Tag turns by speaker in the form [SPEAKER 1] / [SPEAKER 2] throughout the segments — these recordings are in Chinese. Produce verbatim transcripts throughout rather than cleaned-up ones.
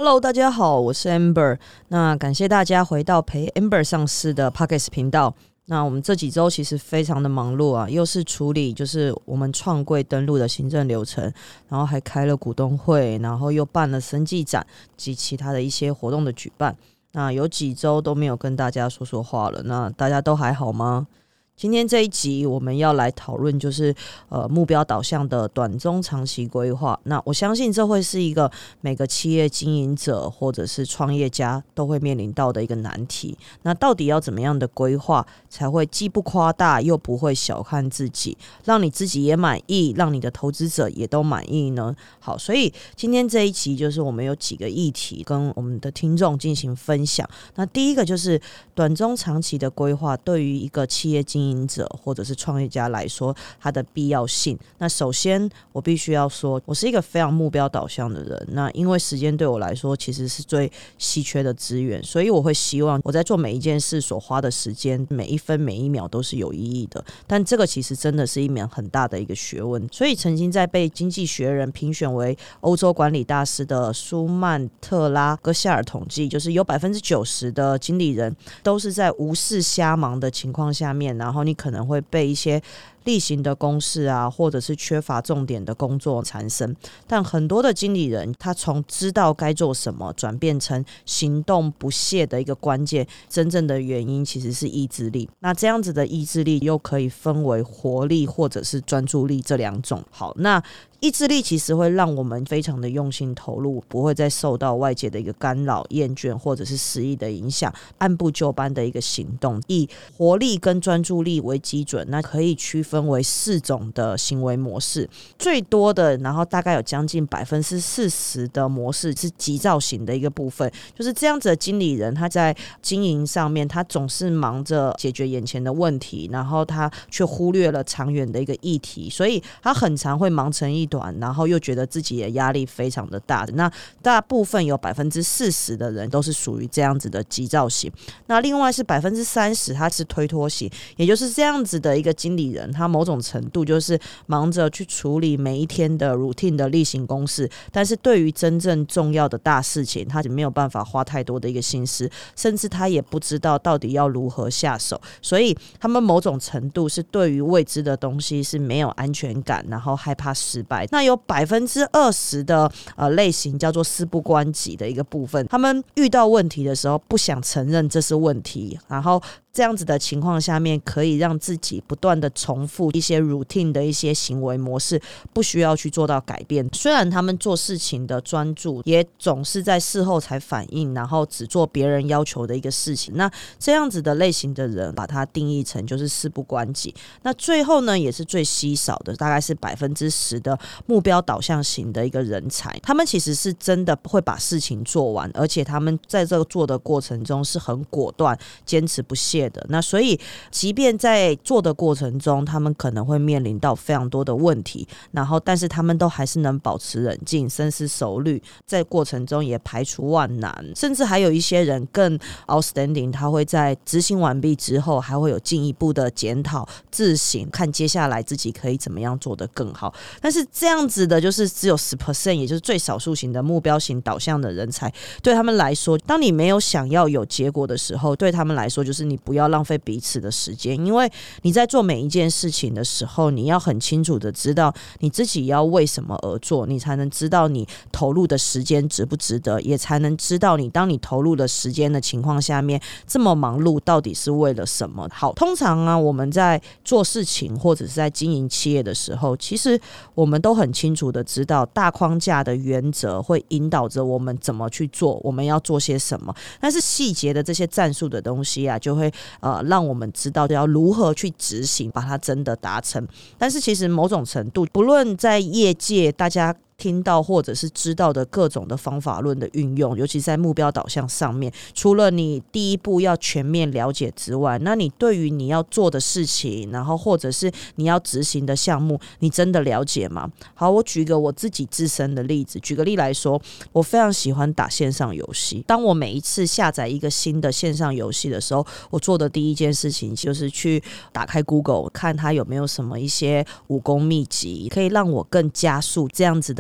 [SPEAKER 1] Hello， 大家好，我是 Amber。那感谢大家回到陪 Amber 上市的 Podcast 频道。那我们这几周其实非常的忙碌啊，又是处理就是我们创柜登录的行政流程，然后还开了股东会，然后又办了生技展及其他的一些活动的举办。那有几周都没有跟大家说说话了，那大家都还好吗？今天这一集我们要来讨论就是呃目标导向的短中长期规划。那我相信这会是一个每个企业经营者或者是创业家都会面临到的一个难题。那到底要怎么样的规划才会既不夸大又不会小看自己，让你自己也满意，让你的投资者也都满意呢？好，所以今天这一集就是我们有几个议题跟我们的听众进行分享。那第一个就是短中长期的规划对于一个企业经营者或者是创业家来说它的必要性。那首先我必须要说，我是一个非常目标导向的人，那因为时间对我来说其实是最稀缺的资源，所以我会希望我在做每一件事所花的时间每一分每一秒都是有意义的，但这个其实真的是一门很大的一个学问。所以曾经在被经济学人评选为欧洲管理大师的舒曼特拉戈夏尔统计，就是有 百分之九十 的经理人都是在无视瞎忙的情况下面，然后你可能会被一些例行的公事啊，或者是缺乏重点的工作缠身。但很多的经理人他从知道该做什么转变成行动不懈的一个关键，真正的原因其实是意志力。那这样子的意志力又可以分为活力或者是专注力这两种。好，那意志力其实会让我们非常的用心投入，不会再受到外界的一个干扰、厌倦或者是失意的影响，按部就班的一个行动。以活力跟专注力为基准，那可以区分为四种的行为模式。最多的，然后大概有将近百分之四十的模式是急躁型的一个部分，就是这样子的经理人，他在经营上面，他总是忙着解决眼前的问题，然后他却忽略了长远的一个议题，所以他很常会忙成一团，然后又觉得自己的压力非常的大。那大部分有 百分之四十 的人都是属于这样子的急躁型。那另外是 百分之三十 他是推脱型，也就是这样子的一个经理人，他某种程度就是忙着去处理每一天的 routine 的例行公事，但是对于真正重要的大事情他没有办法花太多的一个心思，甚至他也不知道到底要如何下手。所以他们某种程度是对于未知的东西是没有安全感，然后害怕失败。那有 百分之二十 的、呃、类型叫做事不关己的一个部分，他们遇到问题的时候不想承认这是问题，然后这样子的情况下面可以让自己不断的重复一些 routine 的一些行为模式，不需要去做到改变。虽然他们做事情的专注也总是在事后才反应，然后只做别人要求的一个事情，那这样子的类型的人把它定义成就是事不关己。那最后呢也是最稀少的，大概是 百分之十 的目标导向型的一个人才，他们其实是真的会把事情做完，而且他们在这个做的过程中是很果断坚持不懈的。那所以即便在做的过程中他们可能会面临到非常多的问题，然后但是他们都还是能保持冷静深思熟虑，在过程中也排除万难。甚至还有一些人更 outstanding， 他会在执行完毕之后还会有进一步的检讨自省，看接下来自己可以怎么样做得更好。但是这样子的就是只有 百分之十， 也就是最少数型的目标型导向的人才，对他们来说，当你没有想要有结果的时候，对他们来说就是你不要浪费彼此的时间。因为你在做每一件事情的时候，你要很清楚的知道你自己要为什么而做，你才能知道你投入的时间值不值得，也才能知道你当你投入的时间的情况下面这么忙碌到底是为了什么。好，通常啊我们在做事情或者是在经营企业的时候，其实我们都很清楚的知道大框架的原则会引导着我们怎么去做，我们要做些什么，但是细节的这些战术的东西啊就会呃让我们知道要如何去执行，把它真的达成。但是其实某种程度不论在业界大家听到或者是知道的各种的方法论的运用，尤其在目标导向上面，除了你第一步要全面了解之外，那你对于你要做的事情，然后或者是你要执行的项目，你真的了解吗？好，我举个我自己自身的例子。举个例来说，我非常喜欢打线上游戏。当我每一次下载一个新的线上游戏的时候，我做的第一件事情就是去打开 Google 看它有没有什么一些武功秘籍，可以让我更加速这样子的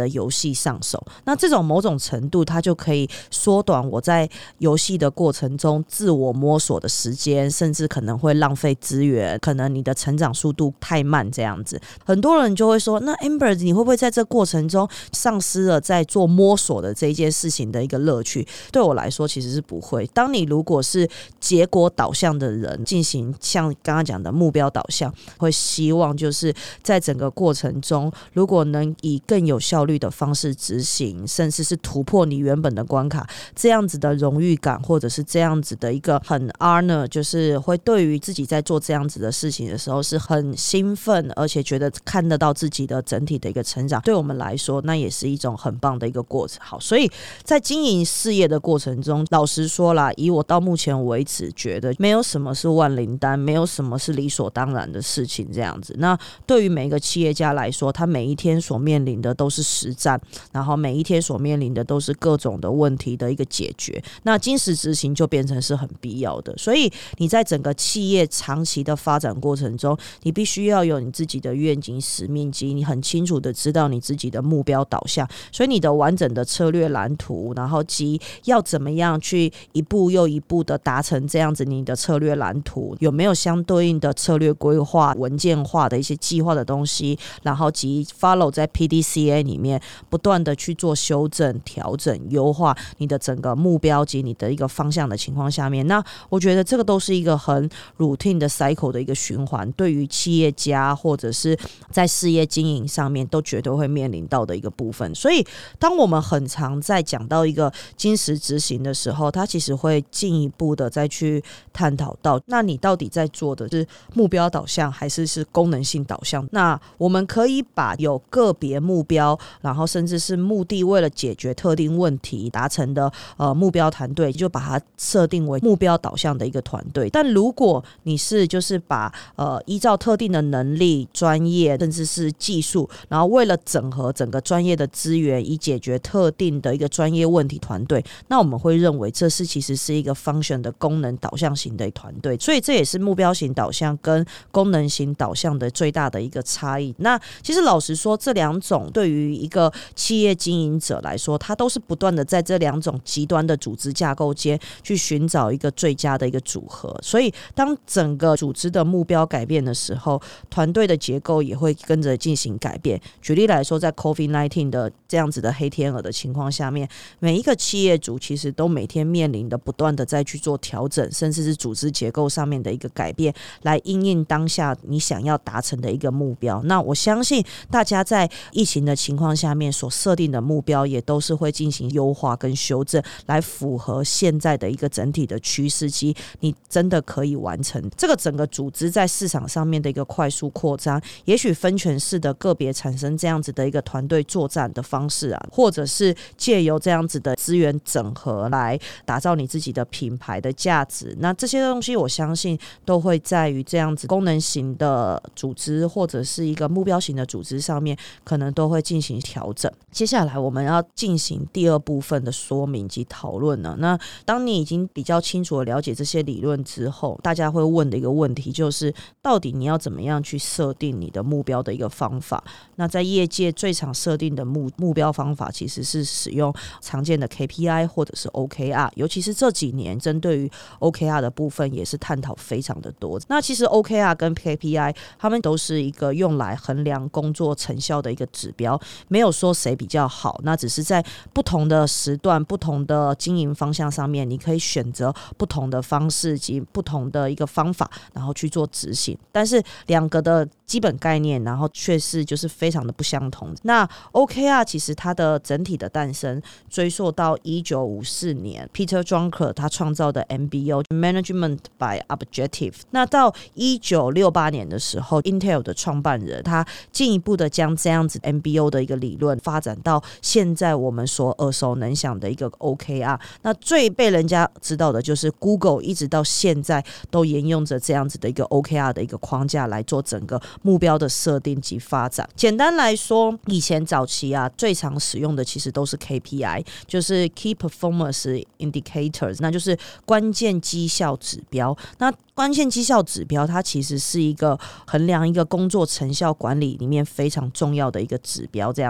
[SPEAKER 1] 的游戏上手。那这种某种程度它就可以缩短我在游戏的过程中自我摸索的时间，甚至可能会浪费资源，可能你的成长速度太慢这样子。很多人就会说，那 Amber 你会不会在这过程中丧失了在做摸索的这一件事情的一个乐趣？对我来说其实是不会。当你如果是结果导向的人进行像刚刚讲的目标导向，会希望就是在整个过程中如果能以更有效率的方式执行，甚至是突破你原本的关卡，这样子的荣誉感或者是这样子的一个很 honor， 就是会对于自己在做这样子的事情的时候是很兴奋，而且觉得看得到自己的整体的一个成长，对我们来说那也是一种很棒的一个过程。好，所以在经营事业的过程中，老实说啦，以我到目前为止觉得没有什么是万灵丹，没有什么是理所当然的事情这样子。那对于每一个企业家来说，他每一天所面临的都是实战，然后每一天所面临的都是各种的问题的一个解决，那精实执行就变成是很必要的。所以你在整个企业长期的发展过程中，你必须要有你自己的愿景使命及你很清楚的知道你自己的目标导向，所以你的完整的策略蓝图，然后及要怎么样去一步又一步的达成这样子你的策略蓝图，有没有相对应的策略规划文件化的一些计划的东西，然后及 follow 在 P D C A 里面不断的去做修正调整优化你的整个目标及你的一个方向的情况下面，那我觉得这个都是一个很 routine 的 cycle 的一个循环，对于企业家或者是在事业经营上面都绝对会面临到的一个部分。所以当我们很常在讲到一个精实执行的时候，它其实会进一步的再去探讨到，那你到底在做的是目标导向还是是功能性导向。那我们可以把有个别目标，然后甚至是目的为了解决特定问题达成的呃目标团队，就把它设定为目标导向的一个团队。但如果你是就是把呃依照特定的能力专业甚至是技术，然后为了整合整个专业的资源以解决特定的一个专业问题团队，那我们会认为这是其实是一个 function 的功能导向型的团队。所以这也是目标型导向跟功能型导向的最大的一个差异。那其实老实说，这两种对于一个企业经营者来说，他都是不断的在这两种极端的组织架构间去寻找一个最佳的一个组合。所以当整个组织的目标改变的时候，团队的结构也会跟着进行改变。举例来说，在 COVID 十九 的这样子的黑天鹅的情况下面，每一个企业主其实都每天面临的不断的再去做调整，甚至是组织结构上面的一个改变，来因应当下你想要达成的一个目标。那我相信大家在疫情的情况下面所设定的目标也都是会进行优化跟修正，来符合现在的一个整体的趋势及你真的可以完成这个整个组织在市场上面的一个快速扩张。也许分权式的个别产生这样子的一个团队作战的方式啊，或者是借由这样子的资源整合来打造你自己的品牌的价值。那这些东西我相信都会在于这样子功能型的组织或者是一个目标型的组织上面可能都会进行调整。接下来我们要进行第二部分的说明及讨论了。那当你已经比较清楚的了解这些理论之后，大家会问的一个问题就是到底你要怎么样去设定你的目标的一个方法。那在业界最常设定的 目, 目标方法其实是使用常见的 K P I 或者是 O K R， 尤其是这几年针对于 O K R 的部分也是探讨非常的多。那其实 O K R 跟 K P I 他们都是一个用来衡量工作成效的一个指标，没有说谁比较好，那只是在不同的时段不同的经营方向上面，你可以选择不同的方式及不同的一个方法然后去做执行，但是两个的基本概念然后却是就是非常的不相同。那 O K R 其实它的整体的诞生追溯到一九五四年 Peter Drucker 他创造的 M B O Management by Objective。 那到一九六八年的时候 Intel 的创办人他进一步的将这样子 M B O 的一个理论发展到现在我们所耳熟能详的一个 O K R。 那最被人家知道的就是 Google 一直到现在都沿用着这样子的一个 O K R 的一个框架来做整个目标的设定及发展。简单来说，以前早期啊最常使用的其实都是 K P I， 就是 Key Performance Indicators， 那就是关键绩效指标。那关键绩效指标它其实是一个衡量一个工作成效管理里面非常重要的一个指标这样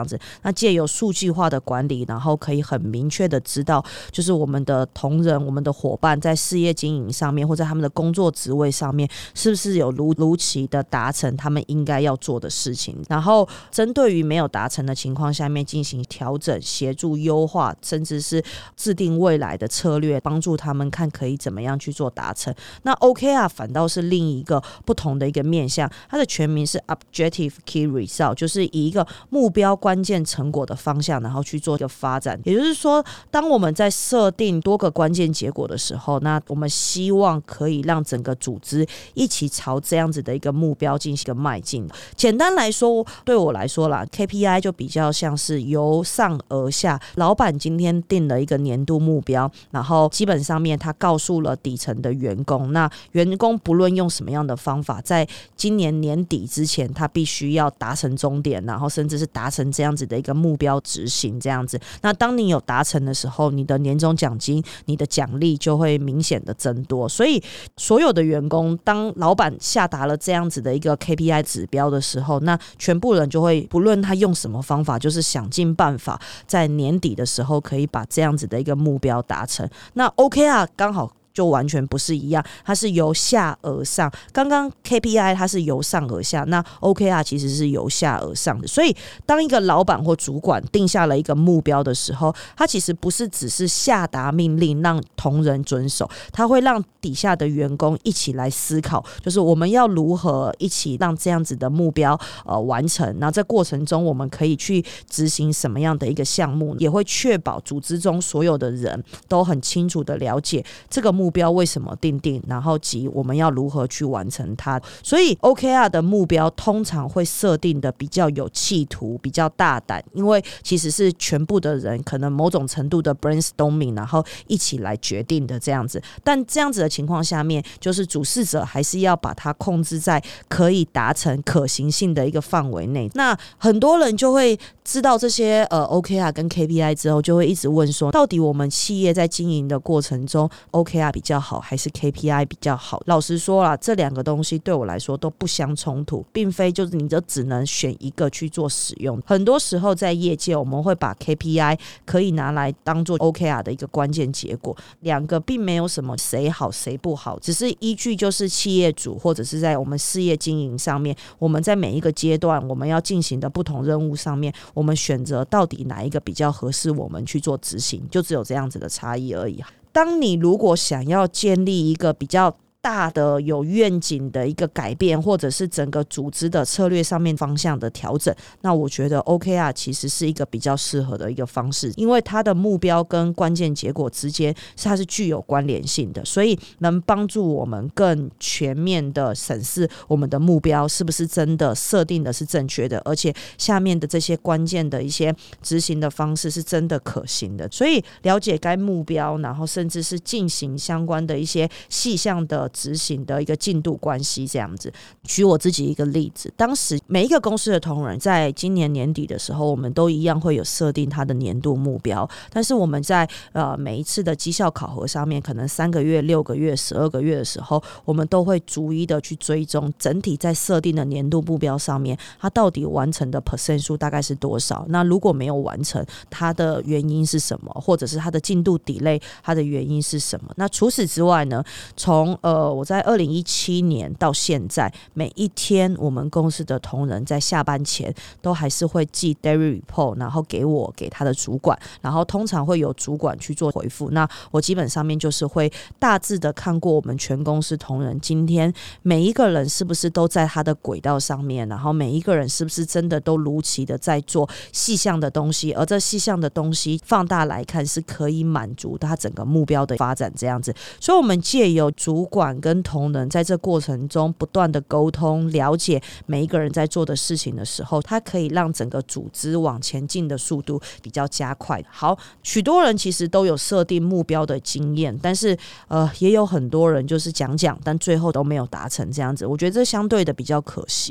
[SPEAKER 1] 样子。那借由数据化的管理，然后可以很明确的知道，就是我们的同仁、我们的伙伴在事业经营上面，或者他们的工作职位上面，是不是有如如期的达成他们应该要做的事情。然后针对于没有达成的情况下面进行调整，协助优化，甚至是制定未来的策略，帮助他们看可以怎么样去做达成。那 O K R 反倒是另一个不同的一个面向，它的全名是 Objective Key Result， 就是以一个目标关键成果的方向，然后去做一个发展。也就是说，当我们在设定多个关键结果的时候，那我们希望可以让整个组织一起朝这样子的一个目标进行一个迈进。简单来说，对我来说啦 K P I 就比较像是由上而下，老板今天定了一个年度目标，然后基本上面他告诉了底层的员工，那员工不论用什么样的方法，在今年年底之前他必须要达成终点，然后甚至是达成这样子的一个目标执行这样子。那当你有达成的时候，你的年终奖金、你的奖励就会明显的增多。所以所有的员工，当老板下达了这样子的一个 K P I 指标的时候，那全部人就会不论他用什么方法，就是想尽办法在年底的时候可以把这样子的一个目标达成。那 O K R 刚好就完全不是一样，它是由下而上。刚刚 K P I 它是由上而下，那 O K R 其实是由下而上的。所以当一个老板或主管定下了一个目标的时候，他其实不是只是下达命令让同仁遵守，他会让底下的员工一起来思考，就是我们要如何一起让这样子的目标呃完成。那在过程中我们可以去执行什么样的一个项目，也会确保组织中所有的人都很清楚的了解这个目标目标为什么定定，然后及我们要如何去完成它。所以 O K R 的目标通常会设定的比较有企图，比较大胆，因为其实是全部的人可能某种程度的 brainstorming， 然后一起来决定的这样子。但这样子的情况下面，就是主事者还是要把它控制在可以达成可行性的一个范围内。那很多人就会知道这些呃 O K R 跟 K P I 之后，就会一直问说，到底我们企业在经营的过程中 O K R 比较好还是 K P I 比较好？老实说啦，这两个东西对我来说都不相冲突，并非就是你就只能选一个去做使用。很多时候在业界我们会把 K P I 可以拿来当做 O K R 的一个关键结果，两个并没有什么谁好谁不好，只是依据就是企业主或者是在我们事业经营上面，我们在每一个阶段我们要进行的不同任务上面，我们选择到底哪一个比较合适我们去做执行，就只有这样子的差异而已。当你如果想要建立一个比较大的有愿景的一个改变，或者是整个组织的策略上面方向的调整，那我觉得 O K R 其实是一个比较适合的一个方式，因为它的目标跟关键结果之间它是具有关联性的，所以能帮助我们更全面的审视我们的目标是不是真的设定的是正确的，而且下面的这些关键的一些执行的方式是真的可行的。所以了解该目标，然后甚至是进行相关的一些细项的执行的一个进度关系这样子。举我自己一个例子，当时每一个公司的同仁在今年年底的时候，我们都一样会有设定他的年度目标，但是我们在呃每一次的绩效考核上面，可能三个月、六个月、十二个月的时候，我们都会逐一的去追踪整体在设定的年度目标上面，它到底完成的 percent 数大概是多少？那如果没有完成，它的原因是什么？或者是它的进度 delay， 它的原因是什么？那除此之外呢，从呃我在二零一七年到现在，每一天我们公司的同仁在下班前都还是会寄 daily report， 然后给我给他的主管，然后通常会有主管去做回复。那我基本上面就是会大致的看过我们全公司同仁今天每一个人是不是都在他的轨道上面，然后每一个人是不是真的都如期的在做细项的东西，而这细项的东西放大来看是可以满足他整个目标的发展这样子。所以我们借由主管跟同仁在这过程中不断的沟通，了解每一个人在做的事情的时候，它可以让整个组织往前进的速度比较加快。好，许多人其实都有设定目标的经验，但是呃，也有很多人就是讲讲，但最后都没有达成这样子。我觉得这相对的比较可惜啊。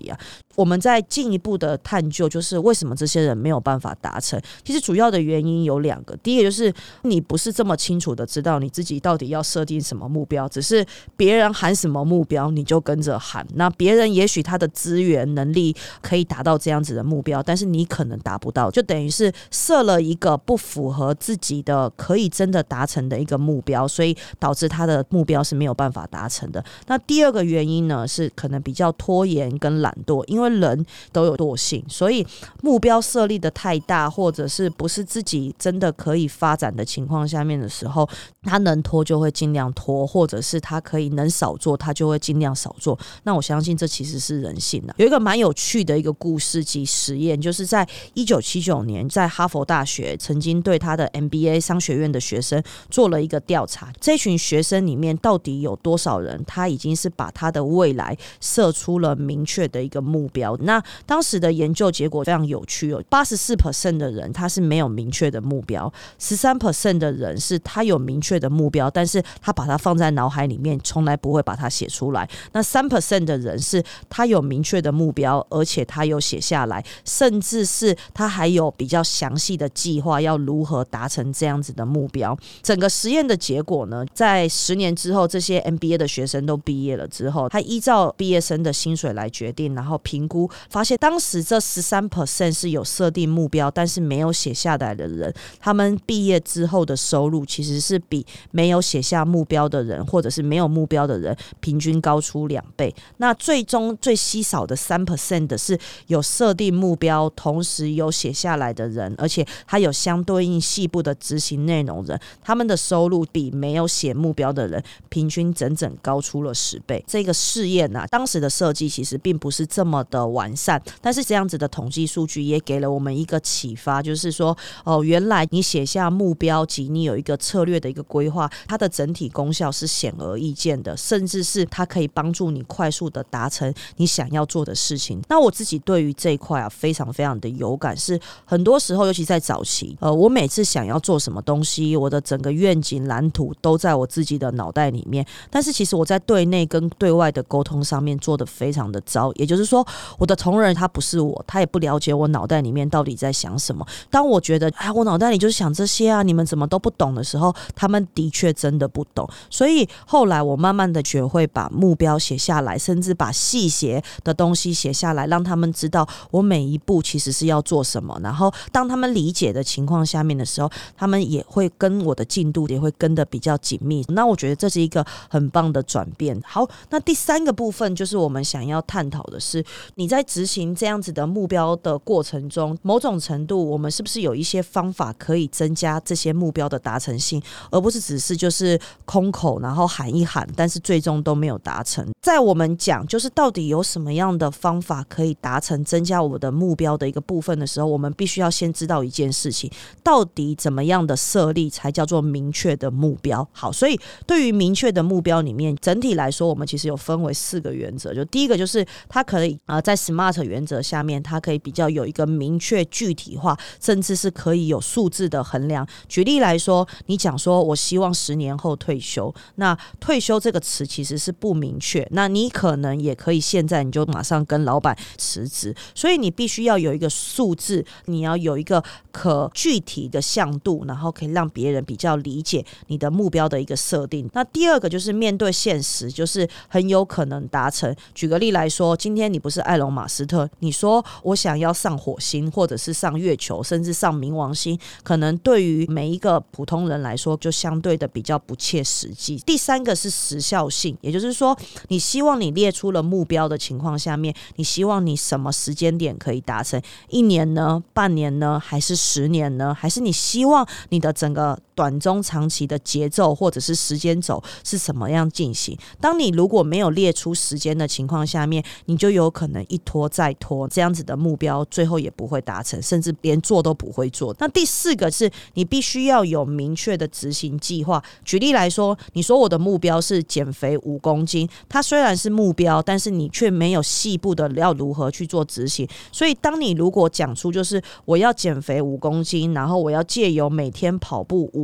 [SPEAKER 1] 我们再进一步的探究，就是为什么这些人没有办法达成。其实主要的原因有两个，第一个就是你不是这么清楚的知道你自己到底要设定什么目标，只是别人喊什么目标你就跟着喊，那别人也许他的资源能力可以达到这样子的目标，但是你可能达不到，就等于是设了一个不符合自己的可以真的达成的一个目标，所以导致他的目标是没有办法达成的。那第二个原因呢，是可能比较拖延跟懒惰，因为人都有惰性，所以目标设立的太大，或者是不是自己真的可以发展的情况下面的时候，他能拖就会尽量拖，或者是他可以能少做他就会尽量少做。那我相信这其实是人性的。有一个蛮有趣的一个故事及实验，就是在一九七九年在哈佛大学曾经对他的 M B A 商学院的学生做了一个调查，这群学生里面到底有多少人他已经是把他的未来设出了明确的一个目标。那当时的研究结果非常有趣哦， 百分之八十四 的人他是没有明确的目标， 百分之十三 的人是他有明确的目标，但是他把它放在脑海里面，从来不会把它写出来。那 百分之三 的人是他有明确的目标，而且他有写下来，甚至是他还有比较详细的计划要如何达成这样子的目标。整个实验的结果呢，在十年之后，这些 M B A 的学生都毕业了之后，他依照毕业生的薪水来决定，然后评估发现当时这 百分之十三 是有设定目标但是没有写下来的人，他们毕业之后的收入其实是比没有写下目标的人或者是没有目标的人平均高出两倍。那最终最稀少的 百分之三 的是有设定目标同时有写下来的人，而且他有相对应细部的执行内容人，他们的收入比没有写目标的人平均整整高出了十倍。这个试验啊，当时的设计其实并不是这么的完善，但是这样子的统计数据也给了我们一个启发，就是说哦，原来你写下目标及你有一个策略的一个规划，它的整体功效是显而易见的，甚至是它可以帮助你快速的达成你想要做的事情。那我自己对于这一块啊非常非常的有感，是很多时候尤其在早期呃，我每次想要做什么东西，我的整个愿景蓝图都在我自己的脑袋里面，但是其实我在对内跟对外的沟通上面做得非常的糟，也就是说我的同仁他不是我，他也不了解我脑袋里面到底在想什么。当我觉得啊，我脑袋里就是想这些啊，你们怎么都不懂的时候，他们的确真的不懂。所以后来我慢慢的学会把目标写下来，甚至把细节的东西写下来，让他们知道我每一步其实是要做什么，然后当他们理解的情况下面的时候，他们也会跟我的进度也会跟得比较紧密。那我觉得这是一个很棒的转变。好，那第三个部分就是我们想要探讨的是，你在执行这样子的目标的过程中，某种程度我们是不是有一些方法可以增加这些目标的达成性，而不是只是就是空口然后喊一喊，但是最终都没有达成。在我们讲就是到底有什么样的方法可以达成增加我们的目标的一个部分的时候，我们必须要先知道一件事情，到底怎么样的设立才叫做明确的目标。好，所以对于明确的目标里面，整体来说我们其实有分为四个原则。就第一个就是它可以、呃、在 SMART 原则下面，它可以比较有一个明确具体化，甚至是可以有数字的衡量。举例来说，你讲说我希望十年后退休，那退休这个词其实是不明确，那你可能也可以现在你就马上跟老板辞职，所以你必须要有一个数字，你要有一个可具体的向度，然后可以让别人比较理解你的目标的一个设定。那第二个就是面对现实，就是很有可能达成。举个例来说，今天你不是埃隆马斯特，你说我想要上火星或者是上月球甚至上冥王星，可能对于每一个普通人来说就相对的比较不切实际。第三个是时效性，也就是说你希望你列出了目标的情况下面，你希望你什么时间点可以达成，一年呢，半年呢，还是十年呢，还是你希望你的整个短中长期的节奏或者是时间轴是什么样进行。当你如果没有列出时间的情况下面，你就有可能一拖再拖，这样子的目标最后也不会达成，甚至连做都不会做。那第四个是你必须要有明确的执行计划。举例来说，你说我的目标是减肥五公斤，它虽然是目标，但是你却没有细部的要如何去做执行。所以当你如果讲出就是我要减肥五公斤，然后我要借由每天跑步五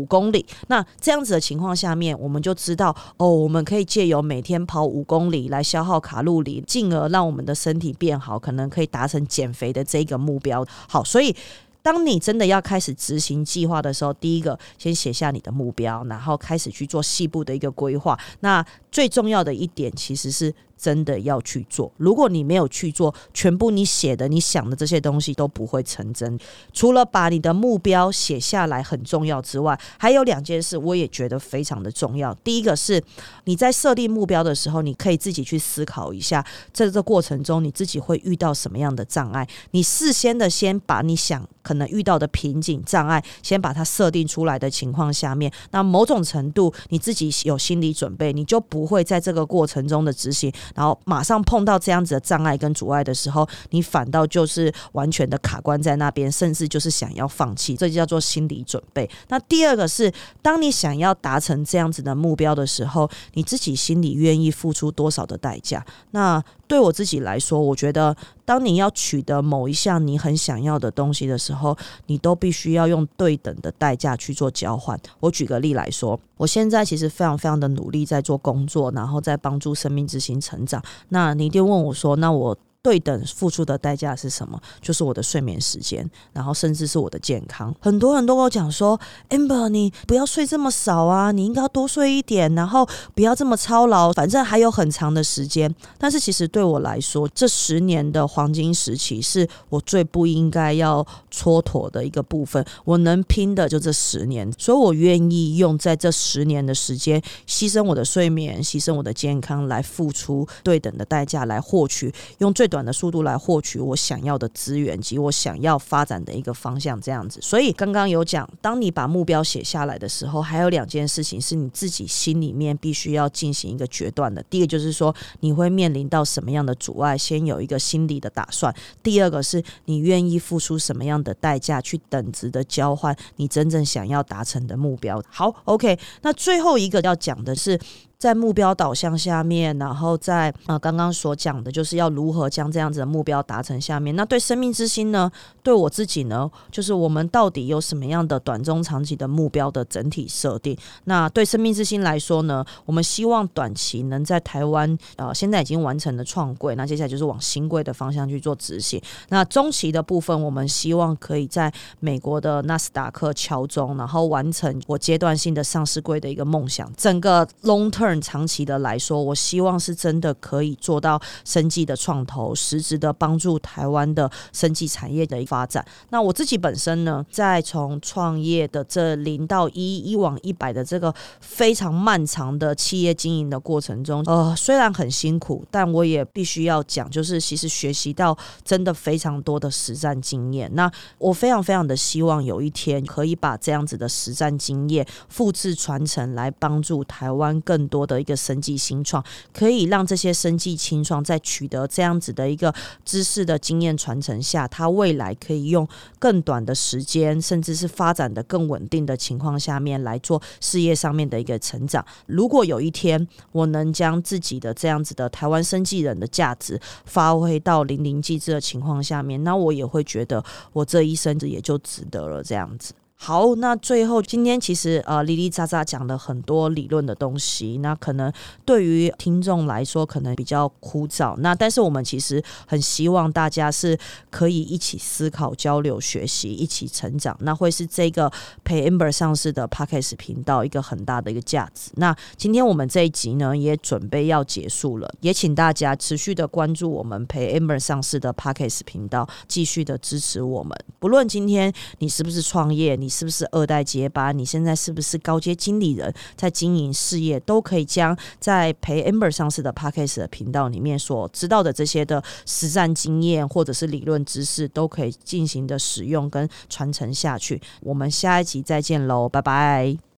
[SPEAKER 1] 公里。那这样子的情况下面，我们就知道哦，我们可以借由每天跑五公里来消耗卡路里，进而让我们的身体变好，可能可以达成减肥的这个目标。好，所以当你真的要开始执行计划的时候，第一个先写下你的目标，然后开始去做细部的一个规划。那最重要的一点其实是真的要去做，如果你没有去做，全部你写的你想的这些东西都不会成真。除了把你的目标写下来很重要之外，还有两件事我也觉得非常的重要。第一个是你在设定目标的时候，你可以自己去思考一下，在这过程中你自己会遇到什么样的障碍，你事先的先把你想可能遇到的瓶颈障碍先把它设定出来的情况下面，那某种程度你自己有心理准备，你就不会在这个过程中的执行，然后马上碰到这样子的障碍跟阻碍的时候，你反倒就是完全的卡关在那边，甚至就是想要放弃，这就叫做心理准备。那第二个是，当你想要达成这样子的目标的时候，你自己心里愿意付出多少的代价。那对我自己来说，我觉得当你要取得某一项你很想要的东西的时候，你都必须要用对等的代价去做交换。我举个例来说，我现在其实非常非常的努力在做工作，然后在帮助生命之星成长。那你一定问我说，那我对等付出的代价是什么？就是我的睡眠时间，然后甚至是我的健康。很多人都跟我讲说 Amber 你不要睡这么少啊，你应该要多睡一点，然后不要这么操劳，反正还有很长的时间。但是其实对我来说，这十年的黄金时期是我最不应该要蹉跎的一个部分，我能拼的就这十年，所以我愿意用在这十年的时间，牺牲我的睡眠，牺牲我的健康，来付出对等的代价，来获取用最短的速度来获取我想要的资源及我想要发展的一个方向，这样子。所以刚刚有讲，当你把目标写下来的时候，还有两件事情是你自己心里面必须要进行一个决断的。第一个就是说你会面临到什么样的阻碍，先有一个心理的打算。第二个是你愿意付出什么样的代价去等值的交换你真正想要达成的目标。好 OK， 那最后一个要讲的是在目标导向下面，然后在呃刚刚所讲的就是要如何将这样子的目标达成下面。那对生命之星呢，对我自己呢，就是我们到底有什么样的短中长期的目标的整体设定。那对生命之星来说呢，我们希望短期能在台湾呃现在已经完成了创柜，那接下来就是往新柜的方向去做执行。那中期的部分，我们希望可以在美国的纳斯达克敲钟，然后完成我阶段性的上市柜的一个梦想。整个 long term长期的来说，我希望是真的可以做到生技的创投，实质的帮助台湾的生技产业的发展。那我自己本身呢，在从创业的这零到一一往一百的这个非常漫长的企业经营的过程中，呃，虽然很辛苦，但我也必须要讲，就是其实学习到真的非常多的实战经验。那我非常非常的希望有一天可以把这样子的实战经验复制传承，来帮助台湾更多的一个生技新创，可以让这些生技新创在取得这样子的一个知识的经验传承下，它未来可以用更短的时间，甚至是发展的更稳定的情况下面来做事业上面的一个成长。如果有一天我能将自己的这样子的台湾生技人的价值发挥到淋漓尽致的情况下面，那我也会觉得我这一生也就值得了这样子。好，那最后今天其实呃哩哩喳喳讲了很多理论的东西，那可能对于听众来说可能比较枯燥，那但是我们其实很希望大家是可以一起思考、交流、学习，一起成长，那会是这个陪 Amber 上市的 Podcast 频道一个很大的一个价值。那今天我们这一集呢也准备要结束了，也请大家持续的关注我们陪 Amber 上市的 Podcast 频道，继续的支持我们。不论今天你是不是创业，你是不是二代接班，你现在是不是高阶经理人，在经营事业，都可以将在陪 Amber 上市的 Podcast 的频道里面所知道的这些的实战经验或者是理论知识，都可以进行的使用跟传承下去。我们下一集再见喽，拜拜。